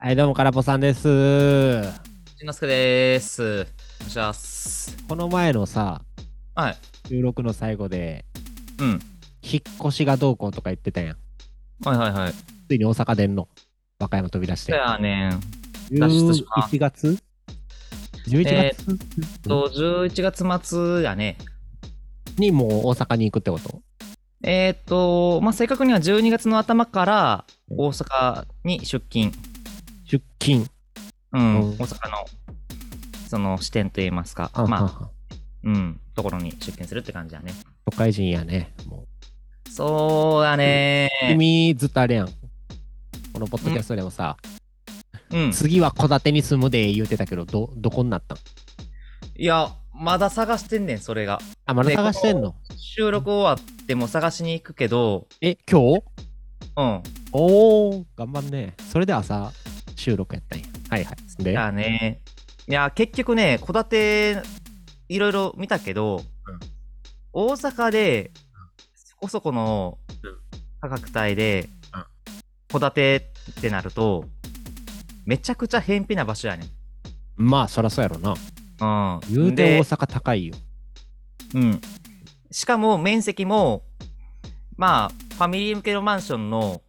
はい、どうも、からぽさんです。 しんのすけでーす。お願いします。 この前のさ、 はい。 収録の最後で、 うん。 引っ越しがどうこうとか言ってたやん。 はいはいはい。 ついに大阪出んの。和歌山飛び出しそて。 やねん。脱出し 11 ます。 月 ?11 月 11月末やね。 にもう大阪に行くってこと？ まあ、正確には12月の頭からうん。 大阪に出勤。 出勤。 うん。 うん。 大阪の、その支店といいますか。 あはまあ、 は。 ところに出勤するって感じやね。 都会人やね。もそうやう。 ね君、ずっとあれやん。このポッドー。 キャストでもさ、 うん。 次は戸建てに住むで言うてたけど、どこになったん？ いや、まだ探してんねん、それが。 あ、まだで、この探してんの？ 収録終わっても探しに行くけど、 え、今日？ うん。 おー、頑張んね。それで朝収録やったんや。はいはい。で、 だね。いや、結局ね、戸建て、いろいろ見たけど、 うん大阪で、そこそこのうん価格帯で、 うん戸建てってなると、めちゃくちゃ偏僻な場所やねまあ、そらそうやろな。言うん。で、 て大阪高いよ。 うん。しかも面積も、まあ、ファミリー向けのマンションの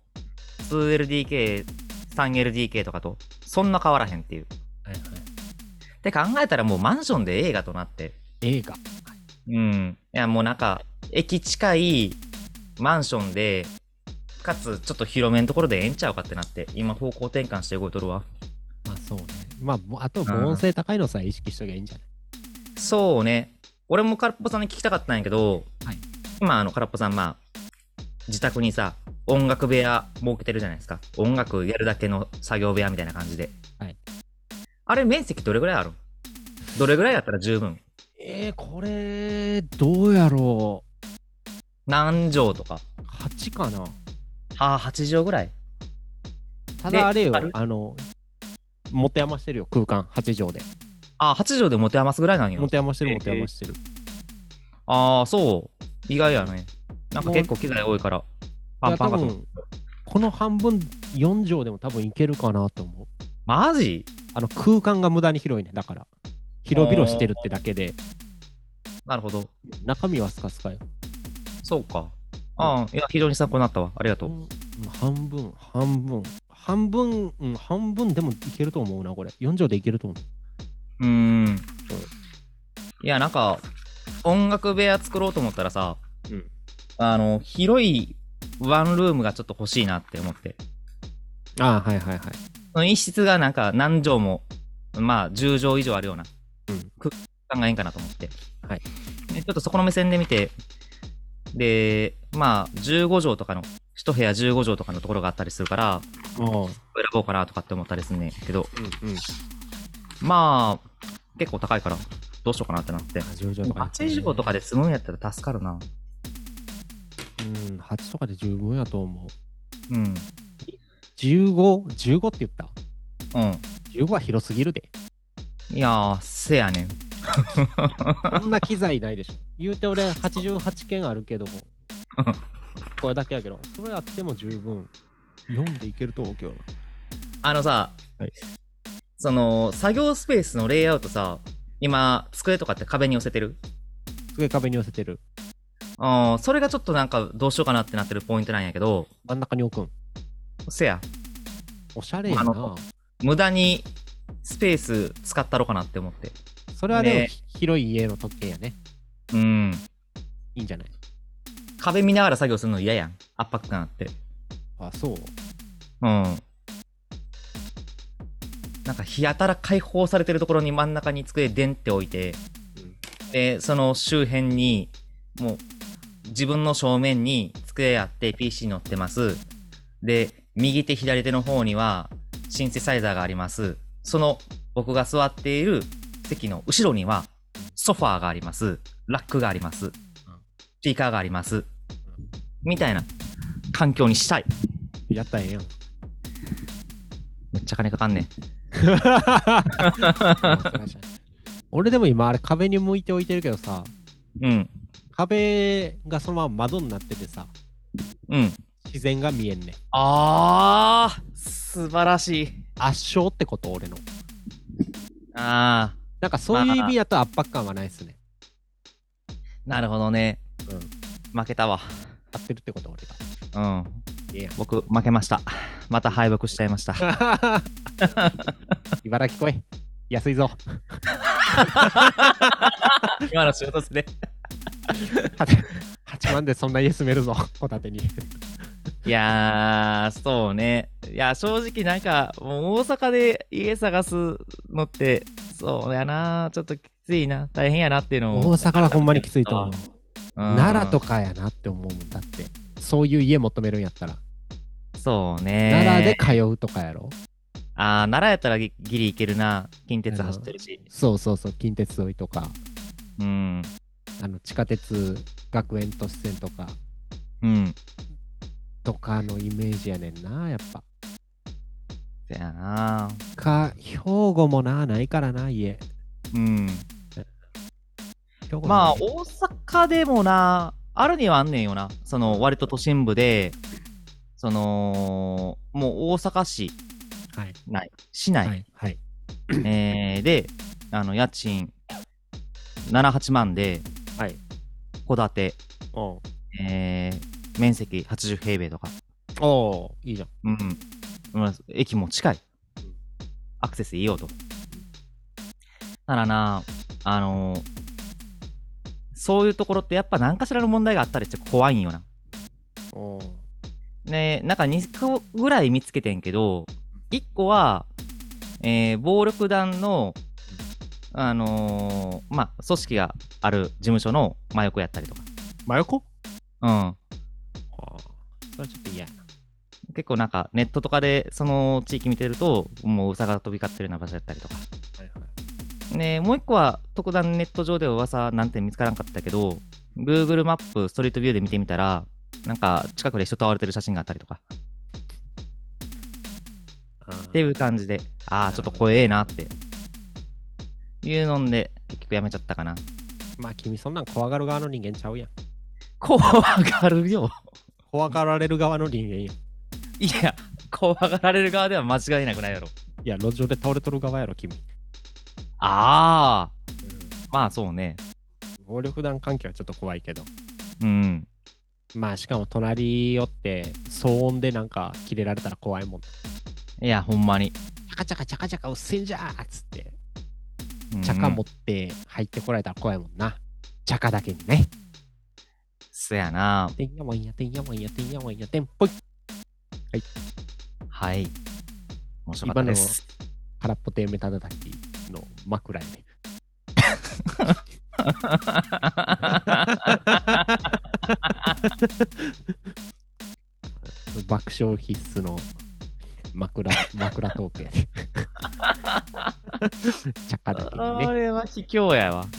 2LDK、3LDK とかと、そんな変わらへんっていう。 はいはい。 って考えたらもうマンションで映画となって、 映画。 うん。いや、もうなんか、駅近いマンションで、かつちょっと広めんところでええんちゃうかってなって、今方向転換して動いとるわ。 まあそうね。まあ、あとうん。 防音性高いのさえ意識しときゃいいんじゃない？ そうね。俺も空っぽさんに聞きたかったんやけど、 はい。 今空っぽさん自宅にさ、音楽部屋設けてるじゃないですか。音楽やるだけの作業部屋みたいな感じで。 はい。 あれ面積どれぐらいある？どれぐらいやったら十分？ これ、どうやろ何畳とか。 う。8かな。 ああ、8畳ぐらい。 ただあで、 れよ、 ある持て余してるよ、空間、8畳で。 ああ、8畳で持て余すぐらいなんや。 持て余してる、持てえー余してる。 ああ、そう。意外やね。なんかもう、 結構機材多いから、パいや、 ンパンかと思う。 多分、この半分、4畳でも多分いけるかなと思う。 マジ？ 空間が無駄に広いね。だから、広々してるってだけで、 なるほど。 中身はスカスカよ。 そうか。 うん。 ああ、いや、非常に参考になったわ。ありがとう。 うん。半分でもいけると思うな、これ。4畳でいけると思うーん。 う。 いや、なんか、音楽部屋作ろうと思ったらさ、 うん。うん。 広いワンルームがちょっと欲しいなって思って。 ああ、はいはいはい。 その一室がなんか何畳も、まあ、10畳以上あるようなうん。 空間がいいんかなと思って。 はい。 でちょっとそこの目線で見て、で、まあ、15畳とかの、一部屋15畳とかのところがあったりするから、 ああ、 選ぼうかなとかって思ったりすんねんけど、 うんうん。 まあ、結構高いから、どうしようかなってなって。 あ、10畳とかやと 8畳とかね。 で済むんやったら助かるな。 うん、8とかで十分やと思う。 うん。 15？15 って言った？ う 15 は広すぎるで。 ん。いやー、せやねん。 そんな機材ないでしょ。言うて俺88件あるけども、これだけやけど、それあっても十分読んでいけると思うけどな。 あのさ、 はい。 その、作業スペースのレイアウトさ、今、机とかって壁に寄せてる？ 机壁に寄せてる。 それがちょっとなんかどうしようかなってなってるポイントなんやけど、 真ん中に置くん。 せや、 おしゃれやあの、 な。 無駄にスペース使ったろかなって思って。 それはでもで、 広い家の特権やね。 うん、 いいんじゃない？ 壁見ながら作業するの嫌やん。圧迫感あって。 あ、そう。 うん。なんか日当たら開放されてるところに真ん中に机でんって置いて、 うん。 で、その周辺に、もう、自分の正面に机あって PC 乗ってます。で、右手左手の方にはシンセサイザーがあります。その僕が座っている席の後ろにはソファーがあります。ラックがあります。スピーカーがあります。みたいな環境にしたい。 やったらええやん。 めっちゃ金かかんねん。 俺でも今あれ壁に向いて置いてるけどさ、 うん。 壁がそのまま窓になっててさ、 うん。 自然が見えんね。 あー、素晴らしい。 圧勝ってこと俺の。 あなんかそういう意味だと圧迫感はないっすね。 ー、なるほどね。 うん。 負けたわ。 合ってるってこと俺うん。 が。いいやん。 僕、負けました。また敗北しちゃいました。 茨城来い。安いぞ。 今の仕事ですね。 8万でそんな家住めるぞ、ホタテに。 いやー、そうね。いや、正直なんか、もう大阪で家探すのって、そうやな。ちょっときついな。大変やなっていうのを。 大阪はほんまにきついと思う。 うん奈良とかやなって思うもん。だって、そういう家求めるんやったら。 そうね。 奈良で通うとかやろ。 あー、奈良やったらギリ行けるな。近鉄走ってるし。 そうそうそう、近鉄沿いとか、 うん。 地下鉄学園都市線とか、 うん。 とかのイメージやねんな、やっぱ。 そやな。 兵庫もないからな、家。 うん。 兵庫まあ、 ない大阪でもな、あるにはあんねんよな。その、割と都心部で、もう大阪市はい。 内、市内、 はい。はい。 で、家賃7、8万で、 はい。 戸建て、 おう面積80平米とか。 おう、いいじゃん。 うん。まあ駅も近い。アクセスいいよと。ならな、そういうところってやっぱ何かしらの問題があったりして怖いんよな。 おうね、なんか2個ぐらい見つけてんけど、1個は、暴力団の、まあ、組織がある事務所の真横やったりとか。 真横うん。 ああ、それはちょっと嫌やな。 結構なんかネットとかでその地域見てると、もう噂が飛び交ってるような場所やったりとか。 はいはい。 ね、もう1個は特段ネット上では噂なんて見つからんかったけど、Google マップ、ストリートビューで見てみたら、なんか近くで人と会われてる写真があったりとか。っていう感じで、ああ、ちょっと怖えなっていうので、結局やめちゃったかな。 まあ、君そんなん怖がる側の人間ちゃうやん。 怖がるよ。 怖がられる側の人間やん。 いや、怖がられる側では間違いなくないやろ。 いや、路上で倒れとる側やろ、君。 ああ、まあそうね。 暴力団関係はちょっと怖いけど。 うん。 まあ、しかも隣寄って、騒音でなんかキレられたら怖いもん。 いや、ほんまに。 チャカチャカチャカチャカうっせんじゃーっつって、 うんチャカ持って入ってこられたら怖いもんな。チャカだけにね。 そやな。 てんやわんやてんやわんやてんやわんやてんぽい。 はい。面白かったです。 空っぽてメタ叩きの枕やね。爆笑必須の枕トークやね。チャカだけにね。 あれは卑怯やわ。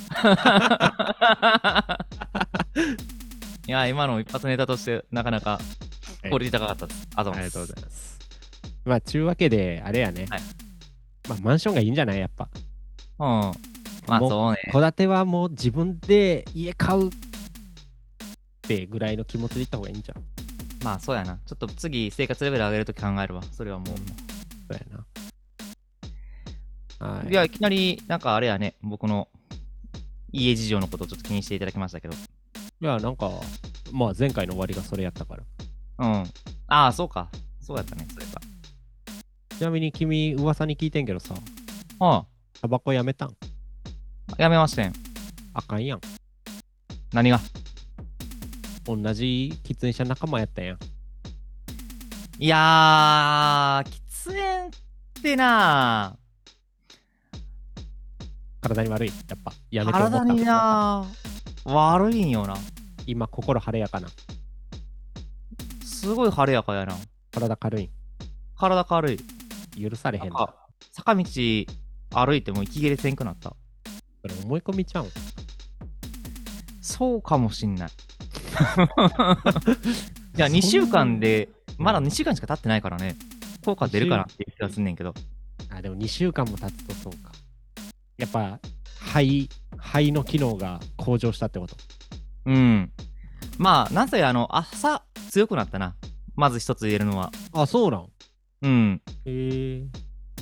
いや、今の一発ネタとしてなかなかクオリティ高かったです。ありありがとうございまます。まあ、ちゅうわけで、あれやね。 はいまあ、マンションがいいんじゃないやっぱ。 す。うん。まあもうそうね。 戸建てはもう自分で家買うってぐらいの気持ちでいった方がいいんじゃん。 まあそうやな。ちょっと次生活レベル上げるとき考えるわ。それはもう。 そうやな。はい。 いや、いきなりなんかあれやね。僕の家事情のことをちょっと気にしていただきましたけど。 いや、なんか、まあ前回の終わりがそれやったから。 うん。ああ、そうか。そうやったね。それか。 ちなみに君、噂に聞いてんけどさ、 はタバコやめたん？ あ、やめましてん。 あかんやん。 何が？ 同じ喫煙者仲間やったやん。 いやー、喫煙ってな体に悪い。やっぱ、やめて思った。 体にな悪いんよな。 今、心晴れやかな。 すごい晴れやかやな。 体軽い。 体軽い。 許されへんな。 なんか、坂道歩いても息切れせんくなった。 それ思い込みちゃうん。 そうかもしんない。いや、2週間で、まだ2週間しか経ってないからね。効果出るかなっていう気がすんねんけど。 あ、でも2週間も経つとそうか。やっぱ、肺の機能が向上したってこと。 うん。まあ、なんせ朝強くなったな。まず一つ言えるのは。 あ、そうなん。 うん。 へえ。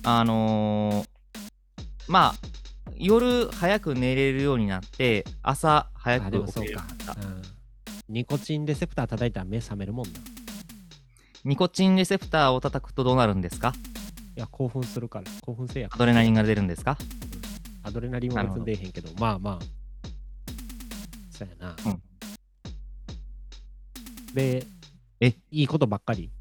まあ、夜早く寝れるようになって、朝早あ、でく起きもそうか。 れるようになった。 ニコチンレセプター叩いたら目覚めるもんな。いニコチンレセプターを叩くとどうなるんですか？ や、興奮するから。興奮せやアドレナリンが出るんですか？ アドレナリンは別に出えへんけど、まあまあ。そうやな。 うん。 で、 え、 いいことばっかり。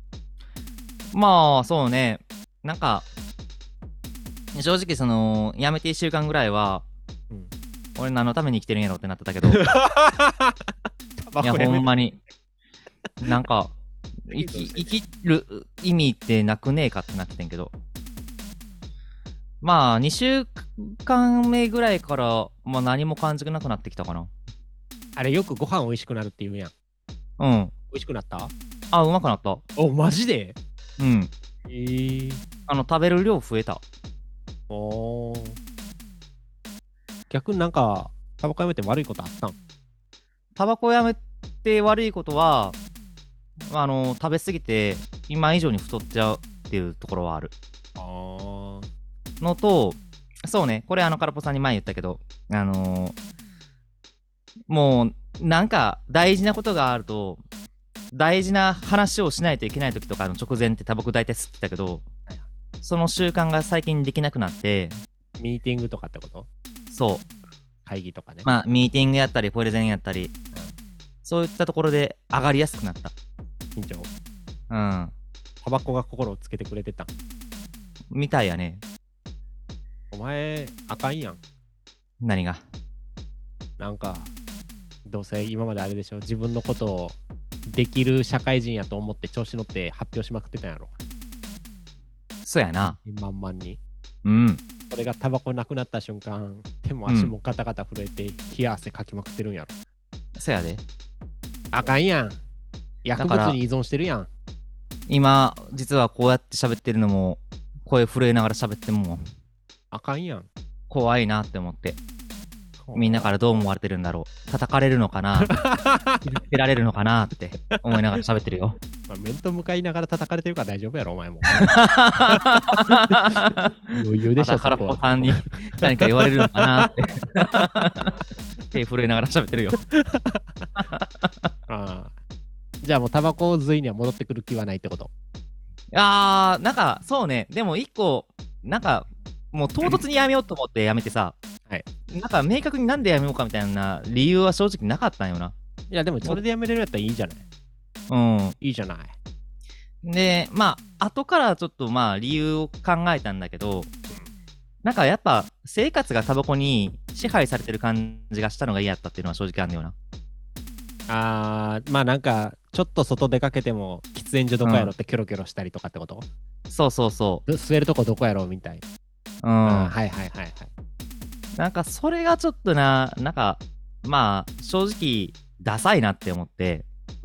まあ、そうね。なんか、正直辞めて1週間ぐらいは、 うん。 俺何のために生きてるんやろってなってたけど、いや、ほんまに、なんか、生きる意味ってなくねえかってなってんけど、まあ、2週間目ぐらいから、まあ何も感じなくなってきたかな。 あれよくご飯美味しくなるって言うやん。 うん。 美味しくなった？ あ、うまくなった。 お、マジで？ うん。食べる量増えた。 おー。逆になんか、タバコやめて悪いことあったん？ タバコやめて悪いことは、食べ過ぎて、今以上に太っちゃうっていうところはある。 あー。 のと、そうね、これ空っぽさんに前言ったけど、もう、なんか大事なことがあると、大事な話をしないといけない時とかの直前ってタバコ大体吸ってたけど、その習慣が最近できなくなって、 ミーティングとかってこと？ そう。 会議とかね。 まあ、ミーティングやったり、プレゼンやったり、そういったところで上がりやすくなった。 緊張。 うん。 タバコが心をつけてくれてた。 みたいやね。 お前、あかんやん。 何が。 なんか、どうせ今まであれでしょ、自分のことをできる社会人やと思って調子乗って発表しまくってたんやろ。 そうやな。 満々に。 うん。 これがタバコなくなった瞬間、手も足もガタガタ震えて、冷や汗かきまくってるんやろ。 そうやで。 あかんやん。薬物に依存してるやん。 今、実はこうやって喋ってるのも、声震えながら喋ってんもん。 あかんやん。 怖いなって思って。みんなからどう思われてるんだろう。叩かれるのかな傷つけられるのかなって思いながら喋ってるよ。 まあ、面と向かいながら叩かれてるから大丈夫やろ、お前も。余裕でしょ、 空っぽさんに何か言われるのかなって。手震えながら喋ってるよ。 ああ。じゃあもうタバコ吸いには戻ってくる気はないってこと？ なんか、そうね。でも一個、なんか、もう唐突にやめようと思ってやめてさ、 はい。 なんか明確になんでやめようかみたいな理由は正直なかったんよな。 いや、でもそれでやめれるやったらいいじゃない。 うん。 いいじゃない。 で、まあ、後からちょっとまあ理由を考えたんだけど、なんかやっぱ生活がタバコに支配されてる感じがしたのが嫌だったっていうのは正直あんだよな。 まあなんか、ちょっと外出かけても、喫煙所どこやろってキョロキョロしたりとかってこと？ そうそうそ吸えるとこどこやろみたいう。 な。はいはいはいはい。 なんかそれがちょっとな、なんか、まあ、正直、ダサいなって思って、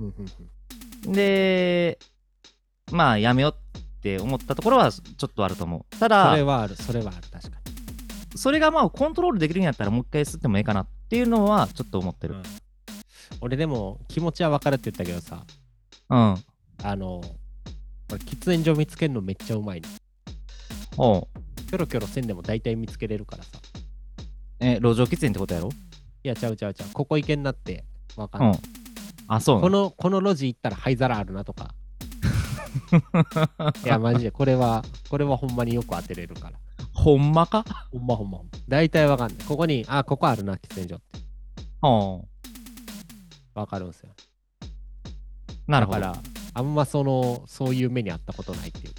で、まあ、やめようって思ったところはちょっとあると思う。ただ、 それはある、確かに。 それがまあ、コントロールできるんやったらもう一回吸ってもいいかなっていうのはちょっと思ってる。 俺でも、気持ちは分かるって言ったけどさ、 うん。 俺喫煙所見つけるのめっちゃうまいね。 おう。 キョロキョロせんでも大体見つけれるからさ。 路上喫煙ってことやろ？ いや、ちゃう。ここ行けんなって分かんない。 あ、そうなの？ この路地行ったら灰皿あるなとか。いや、マジで、これはほんまによく当てれるから。 ほんまか？ ほんま。大体分かんない。ここに、ここあるな、喫煙所って。分かるんすよ。 なるほど。 だから、あんまそういう目にあったことないっていうか。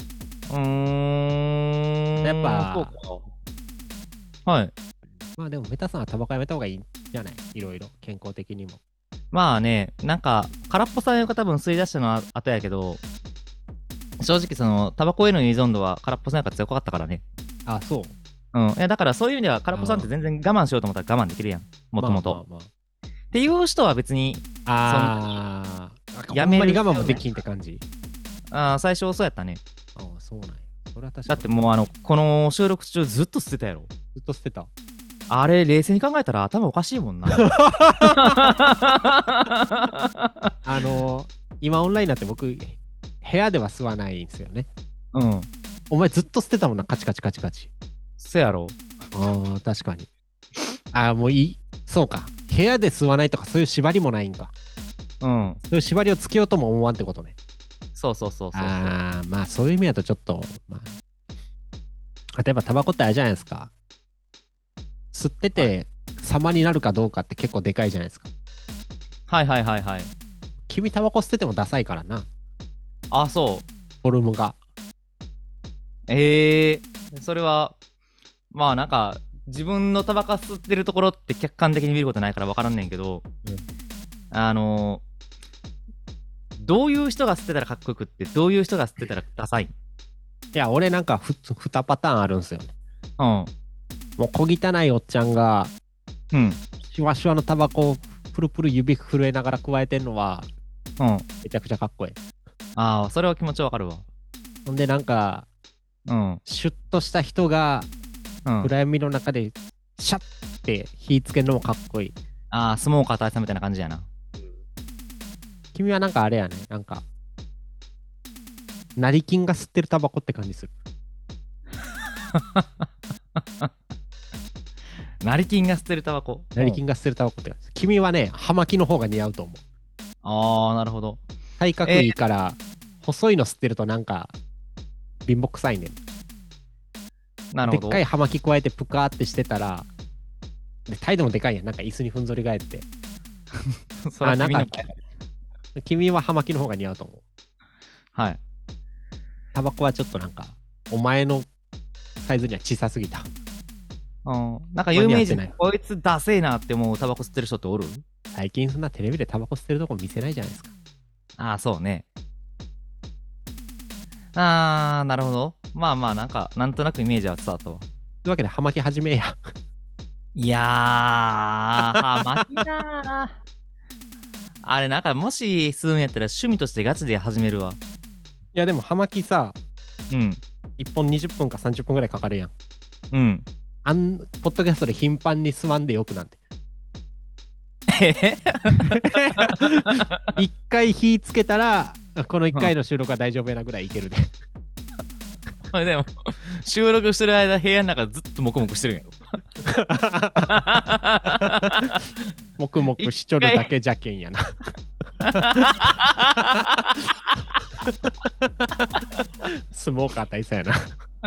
やっぱ、 そうか。はい。 まあでも、メタさんはタバコやめた方がいいんじゃない？いろいろ、健康的にも。 まあね、なんか、空っぽさんが多分吸い出したのは後やけど、正直タバコへの依存度は空っぽさんが強かったからね。 あ、そう。 うん。いや、だからそういう意味では空っぽさんって全然我慢しようと思ったら我慢できるやん。もともと。っていう人は別に、 やめる我慢もできんって感じ。 最初そうやったね。 そうなんや。それは確かに。 だってもうこの収録中ずっと捨てたやろ。 ずっと捨てた。 あれ、冷静に考えたら頭おかしいもんな。 今オンラインになって僕、部屋では吸わないんですよね。 うん。 お前ずっと捨てたもんな、カチカチカチカチ。 せやろ。 ああ、確かに。ああ、もういい。そうか。部屋で吸わないとかそういう縛りもないんか。 うん。 そういう縛りをつけようとも思わんってことね。 そうそうそうそうそう。 ああ、まあそういう意味だとちょっと、まあ、例えばタバコってあれじゃないですか。吸ってて様になるかどうかって結構でかいじゃないですか。 はいはいはいはい。 君タバコ捨ててもダサいからな。 あ、そう。 フォルムが。 ええそれは、まあなんか、自分のタバコ吸ってるところって客観的に見ることないから分からんねんけど、あのどういう人が吸ってたらかっこよくって、どういう人が吸ってたらダサい。 いや、俺なんか2パターンあるんすよね。 うん。 もう小汚いおっちゃんが、 うん。 シュワシュワのタバコをプルプル指震えながら加えてんのは、 うん。 めちゃくちゃかっこいい。 ああ、それは気持ちわかるわ。 ほんでなんか、 うん。 シュッとした人がうん。 暗闇の中でシャッて火つけるのもかっこいい。 ああ、スモーカー大佐みたいな感じやな。 君はなんかあれやね。なんか、成金が吸ってるタバコって感じする。 成金が吸ってるタバコ。 成金が吸ってるタバコって感じ。君はね、葉巻の方が似合うと思う。 ああ、なるほど。 体格いいから、細いの吸ってるとなんか、貧乏臭いねん。 なるほど。 でっかい葉巻加えてプカーってしてたら、で態度もでかいやん。なんか椅子にふんぞり返って。 それは君のなんか、君は葉巻の方が似合うと思う。 はい。 タバコはちょっとなんか、お前のサイズには小さすぎた。 うん。なんか有名人間に合ってない、 こいつダセえなって思うタバコ吸ってる人っておる？ 最近そんなテレビでタバコ吸ってるとこ見せないじゃないですか。 ああ、そうね。ああ、なるほど。まあまあ、なんか、なんとなくイメージは伝わったわ。 というわけで、葉巻始めや。 いやー、はまきなー。あれ、なんか、もし吸うんやったら趣味としてガチで始めるわ。 いや、でも葉巻さ、 うん。 1本20分か30分ぐらいかかるやん。 うん。 ポッドキャストで頻繁に吸わんでよくなんて。一回火つけたら、この一回の収録は大丈夫やなぐらいいけるで。 でも、収録してる間、部屋の中ずっとモクモクしてるんやろ。 もくもくしちょるだけじゃけんやな。スモーカー大佐やな。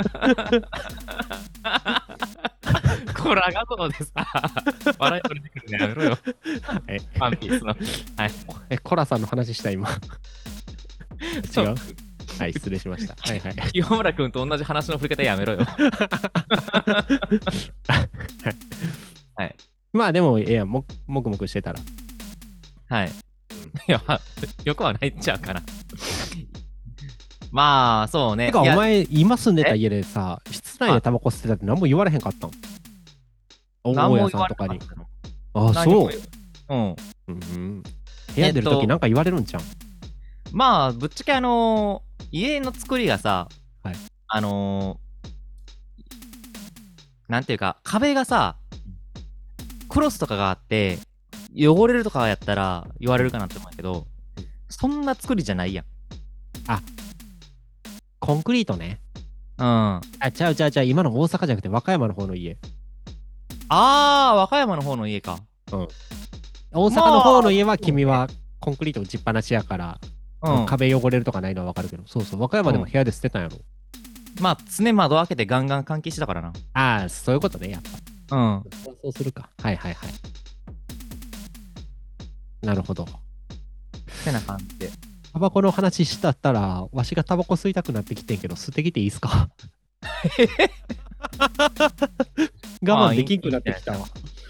コラ画像でさ、笑い取れてくるのやめろよ。ワンピースの。はい。 コラさんの話した今。 そう違うはい、失礼しました。はいはい。 清村君と同じ話の振り方やめろよ。はい。 まあでも、もくもくしてたら。 はい。いや、よくはないんちゃうかな。まあ、そうね。 てか、おいや前、今住んでた家でさ、室内でタバコ吸ってたって何も言われへんかったん？大家さんとかに。あ、そう。 うん。 部屋出るときなんか言われるんちゃう？ まあ、ぶっちゃけ家の作りがさ、 はい、 なんていうか、壁がさ、クロスとかがあって、汚れるとかやったら言われるかなって思うけど、そんな作りじゃないやん。 あ、コンクリートね。 うん。あちゃう、今の大阪じゃなくて和歌山の方の家。 あ、和歌山の方の家か。 うん。大阪の方の家は君はコンクリート打ちっぱなしやから、壁汚れるとかないのはわかるけど、そうそう、和歌山でも部屋で捨てたんやろ。 まあ、常窓開けてガンガン換気してたからな。 ああ、そういうことね、やっぱ。 うん。 そうするか。はいはいはい。なるほど。 ってな感じで。 タバコの話したったら、わしがタバコ吸いたくなってきてんけど、吸ってきていいっすか？我慢できんくなってきたわ。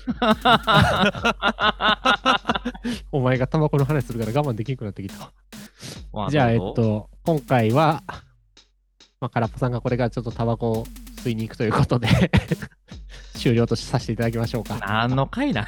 お前がタバコの話するから我慢できんくなってきたわ。じゃあ、今回は、空っぽさんがこれからちょっとタバコを吸いに行くということで終了とさせていただきましょうか。 何の回な。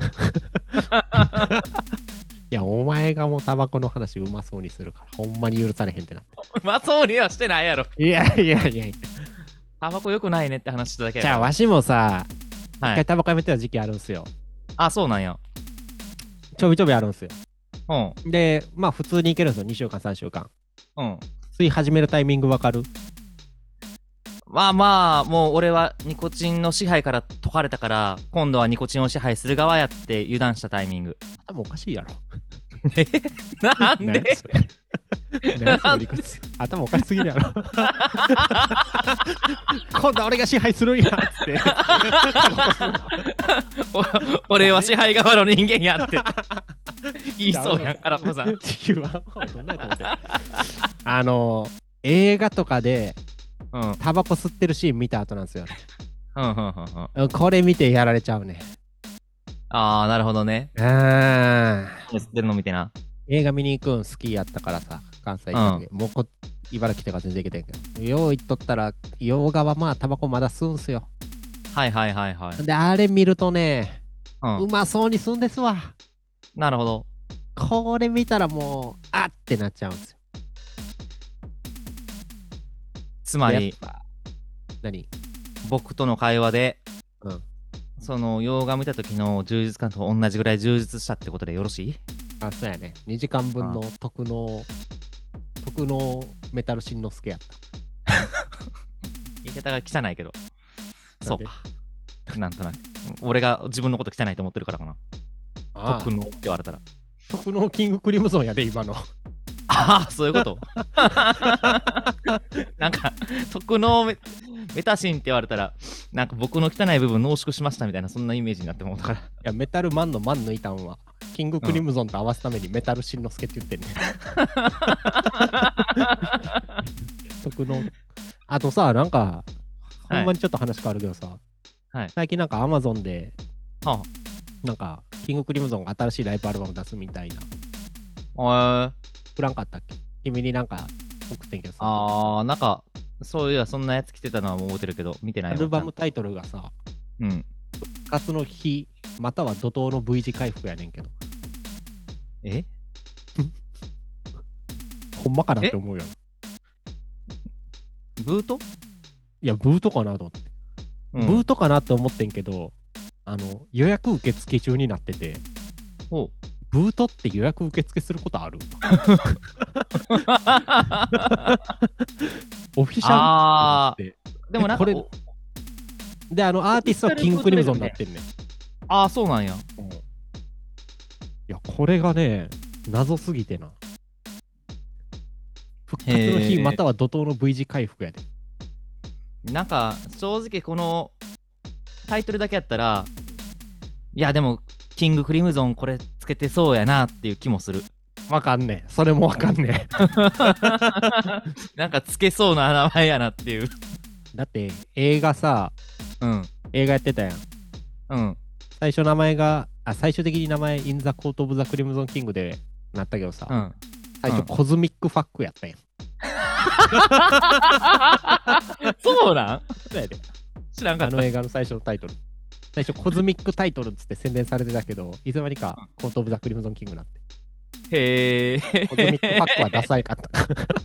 いや、お前がもうタバコの話うまそうにするから、ほんまに許されへんってなって。 うまそうにはしてないやろ。 いや。 タバコ良くないねって話しただけやじゃあ、わしもさ、一はい回タバコやめてた時期あるんすよ。 あ、そうなんや。 ちょびちょびあるんすよ。 うん。 で、まあ普通にいけるんですよ。2週間、3週間。 うん。 吸い始めるタイミングわかる？ まあまあ、もう俺はニコチンの支配から解かれたから、今度はニコチンを支配する側やって油断したタイミング。 頭おかしいやろ。 なんで何やそれ何やその理屈頭おかしすぎるやろ。今度は俺が支配するんやっつって俺は支配側の人間やって言いそうやん、空っぽさん。 地球はどんなやと思って映画とかでうんタバコ吸ってるシーン見た後なんですよ。 うんうんうん。 これ見てやられちゃうね。 ああ、なるほどね。 あ吸ってるの見てな。 映画見に行くん好きやったからさ、関西行った時、もう茨城とか全然行けてんけど、よう行っとったら、洋画はまあタバコまだ吸うんすよ。 はいはいはいはい。 で、あれ見るとね、 う。 うまそうに吸うんですわ。 なるほど。 これ見たらもう、あってなっちゃうんですよ。 つまり、 何僕との会話で、 うん。 その洋画見た時の充実感と同じぐらい充実したってことでよろしい？ あ、そうやね。2時間分の特納メタルしんのすけやった。 言い方が汚いけど。 なんでそうか。なんとなく。俺が自分のこと汚いと思ってるからかな。 ああ特納って言われたら。 特納キングクリムゾンやで、今の。 ああ、そういうことなんか、特納メタシンって言われたら、なんか僕の汚い部分濃縮しましたみたいな、そんなイメージになってもうたから。 いや、メタルマンのマン抜いたんは、キングクリムゾンと合わすためにメタルしんのすけって言ってんね。特納。あとさ、なんか、ほんまにちょっと話変わるけどさ、 はい。 最近なんかアマゾンで、 はなんか、キングクリムゾンが新しいライブアルバム出すみたいな。 あ。 知らんかったっけ？君になんか送ってんけどさ。 なんか、そういや、そんなやつ来てたのはもう覚えてるけど、見てないわ。 アルバムタイトルがさ、 うん。 復活の日、または怒涛の V 字回復やねんけど。 えほんまかなって思うよ。 ブート？ いや、ブートかなと思って。 うん、 ブートかなって思ってんけど、予約受付中になってて、 おうブートって予約受付することあるオフィシャルってでもなんか、 これで、アーティストはキングクリムゾンになってんねん。 ああ、そうなんや。 いや、これがね、謎すぎてな。復活の日、または怒涛の V 字回復やで。 なんか、正直このタイトルだけやったら、いや、でも、キングクリムゾンこれつけてそうやなっていう気もする。 わかんねえ。それもわかんねえ。なんかつけそうな名前やなっていう。 だって、映画さ、映画やってたやん。最終的に名前、インザコート・オブ・ザ・クリムゾン・キングでなったけどさ、最初、コズミック・ファックやったやん。 そうなんそうやで。 知らんかった。 映画の最初のタイトル。最初、コズミックタイトルっつって宣伝されてたけど、いつの間にかコート・オブ・ザ・クリムゾン・キングになって。 へえ。 コズミック・ファックはダサいかった。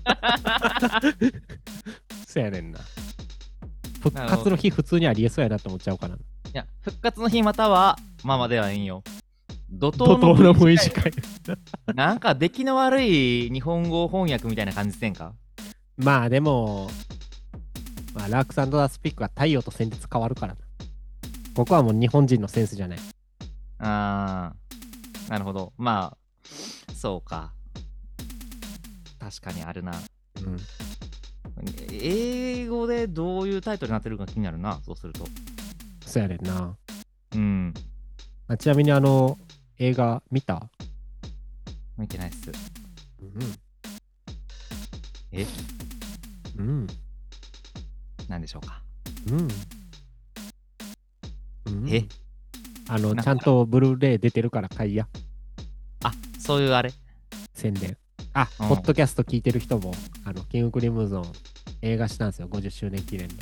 そうやねんな。復活の日、普通にありえそうやなって思っちゃうかな。いや、復活の日または、ままではいいんよ。怒涛の V 字回復。 なんか出来の悪い日本語翻訳みたいな感じせんか？ まあでも、ラークス&ダスピックは太陽と戦術変わるからな。ここはもう日本人のセンスじゃない。 なるほど。まあ、そうか。確かにあるな。英語でどういうタイトルになってるか気になるな、そうすると。 そうやねんな。 ちなみに映画見た？ 見てないっす。なんでしょうか。 ちゃんとブルーレイ出てるから買いや。 あ、そういうあれ宣伝。ポッドキャスト聞いてる人も、キングクリムゾン映画したんですよ、50周年記念で。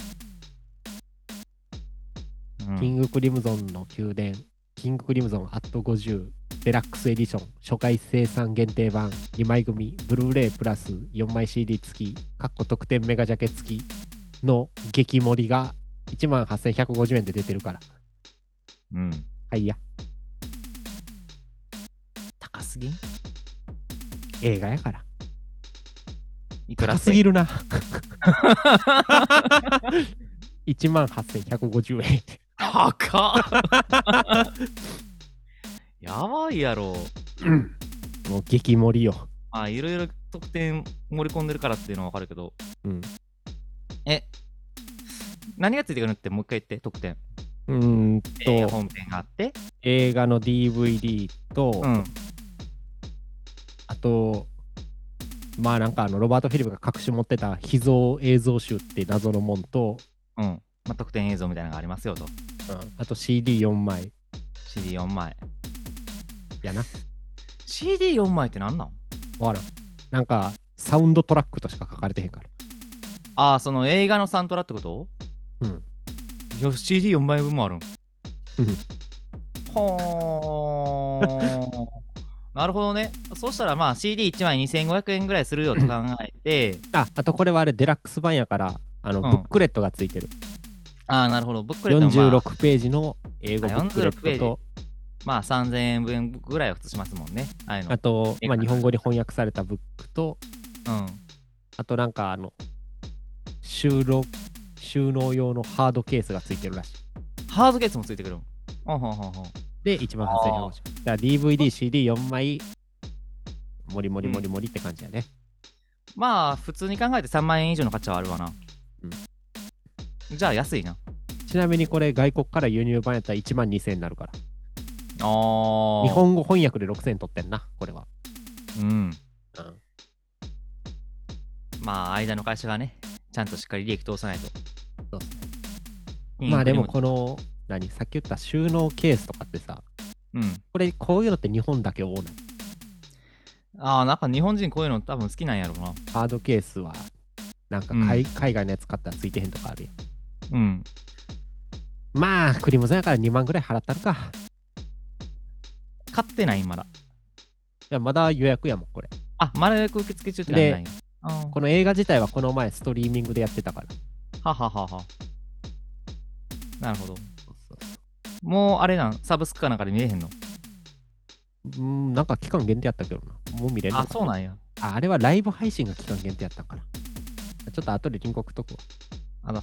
キングクリムゾンの宮殿、キングクリムゾンアット50デラックスエディション初回生産限定版2枚組ブルーレイプラス4枚 CD 付き特典メガジャケ付きの激盛りが 18,150 円で出てるから。はいや。 高すぎん？ 映画やから。 いくら高すぎるな。18,150 円。 高っやばいやろ。 もう激盛りよ。 いろいろ得点盛り込んでるからっていうのはわかるけど。 うん。 何がついてくるってもう一回言って、特典。 本編があって、 映画の DVD と、あと、まあなんかロバート・フィリムが隠し持ってた秘蔵映像集って謎のもんと、 特典映像みたいなのがありますよと。 あと CD4 枚。 CD4 枚。 やな。 CD4 枚って何なん？ わからん。なんか、サウンドトラックとしか書かれてへんから。 その映画のサントラってこと？ うん。 CD4 枚分もあるん。はー。なるほどね。そうしたらまあ CD1 枚2500円ぐらいするよと考えて。 あとこれはあれデラックス版やから、ブックレットがついてる。 なるほど。ブックレットも、 46ページの英語ブックレットと、 まあ3000円分ぐらいは普通しますもんね。 あと、まあ、日本語に翻訳されたブックと、あとなんか収納用のハードケースがついてるらしい。 ハードケースもついてくる。 で、1万8000円。だから DVD、CD4 枚、もりもりもりもりって感じやね。 まあ、普通に考えて3万円以上の価値はあるわな。じゃあ安いな。 ちなみにこれ、外国から輸入版やったら1万2000円になるから。日本語翻訳で6000円取ってんな、これは。 まあ、間の会社がね、ちゃんとしっかり利益通さないと。 そうですね。まあでもこの、さっき言った収納ケースとかってさ、こういうのって日本だけ多ない。 なんか日本人こういうの多分好きなんやろうな。 ハードケースは、なんか海外のやつ買ったらついてへんとかあるやん。まあ、クリムゾンやから2万ぐらい払ったのか。 買ってないまだ。 いや、まだ予約やもん、これ。 まだ予約受付中ってないんや。 この映画自体はこの前ストリーミングでやってたから。 なるほど。もうあれサブスクかなんかで見えへんの？ なんか期間限定やったけどな。もう見れるのかな。 そうなんや。 あれはライブ配信が期間限定やったんかな。ちょっと後でリンク送っとくわ。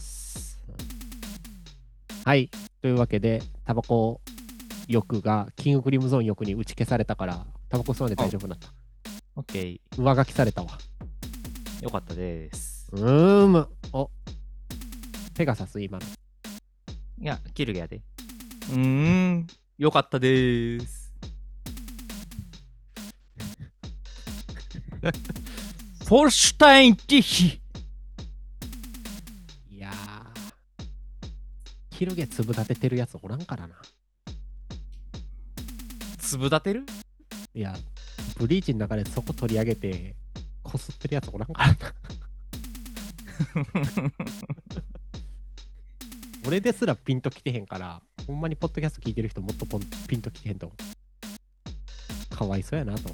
はい。というわけで、タバコ欲がキングクリムゾン欲に打ち消されたから、タバコ吸わんで大丈夫になった。 オッケー。 上書きされたわ。 よかったです。 ペガサス今の。 いや、キルゲやで。よかったでーす。フォルシュタインティヒ。 いやー、キルゲ粒立ててるやつおらんからな。 粒立てる？ いや、ブリーチの中でそこ取り上げて、こすってるやつおらんからな。俺ですらピンときてへんから、ほんまにポッドキャスト聞いてる人もっとピンときてへんと思う。かわいそうやなと思う。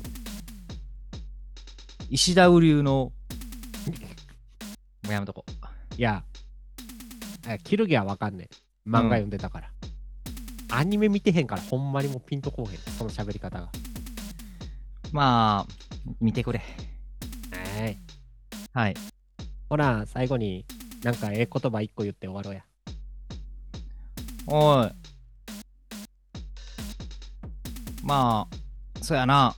石田雨流のもうやめとこ。 いや、キルゲはわかんねえ。漫画読んでたから。アニメ見てへんからほんまにもうピンとこうへん。その喋り方が。 まあ、見てくれ。はい。 ほら、最後になんか言葉一個言って終わろうや。 おい。まあ、そうやな。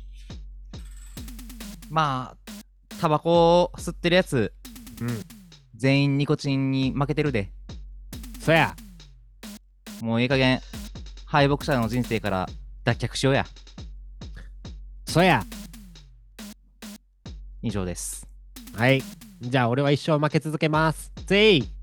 まあ、タバコを吸ってるやつ、全員ニコチンに負けてるで。 そや。 もういい加減、敗北者の人生から脱却しようや。 そや。 以上です。 はい。じゃあ俺は一生負け続けます。ぜい。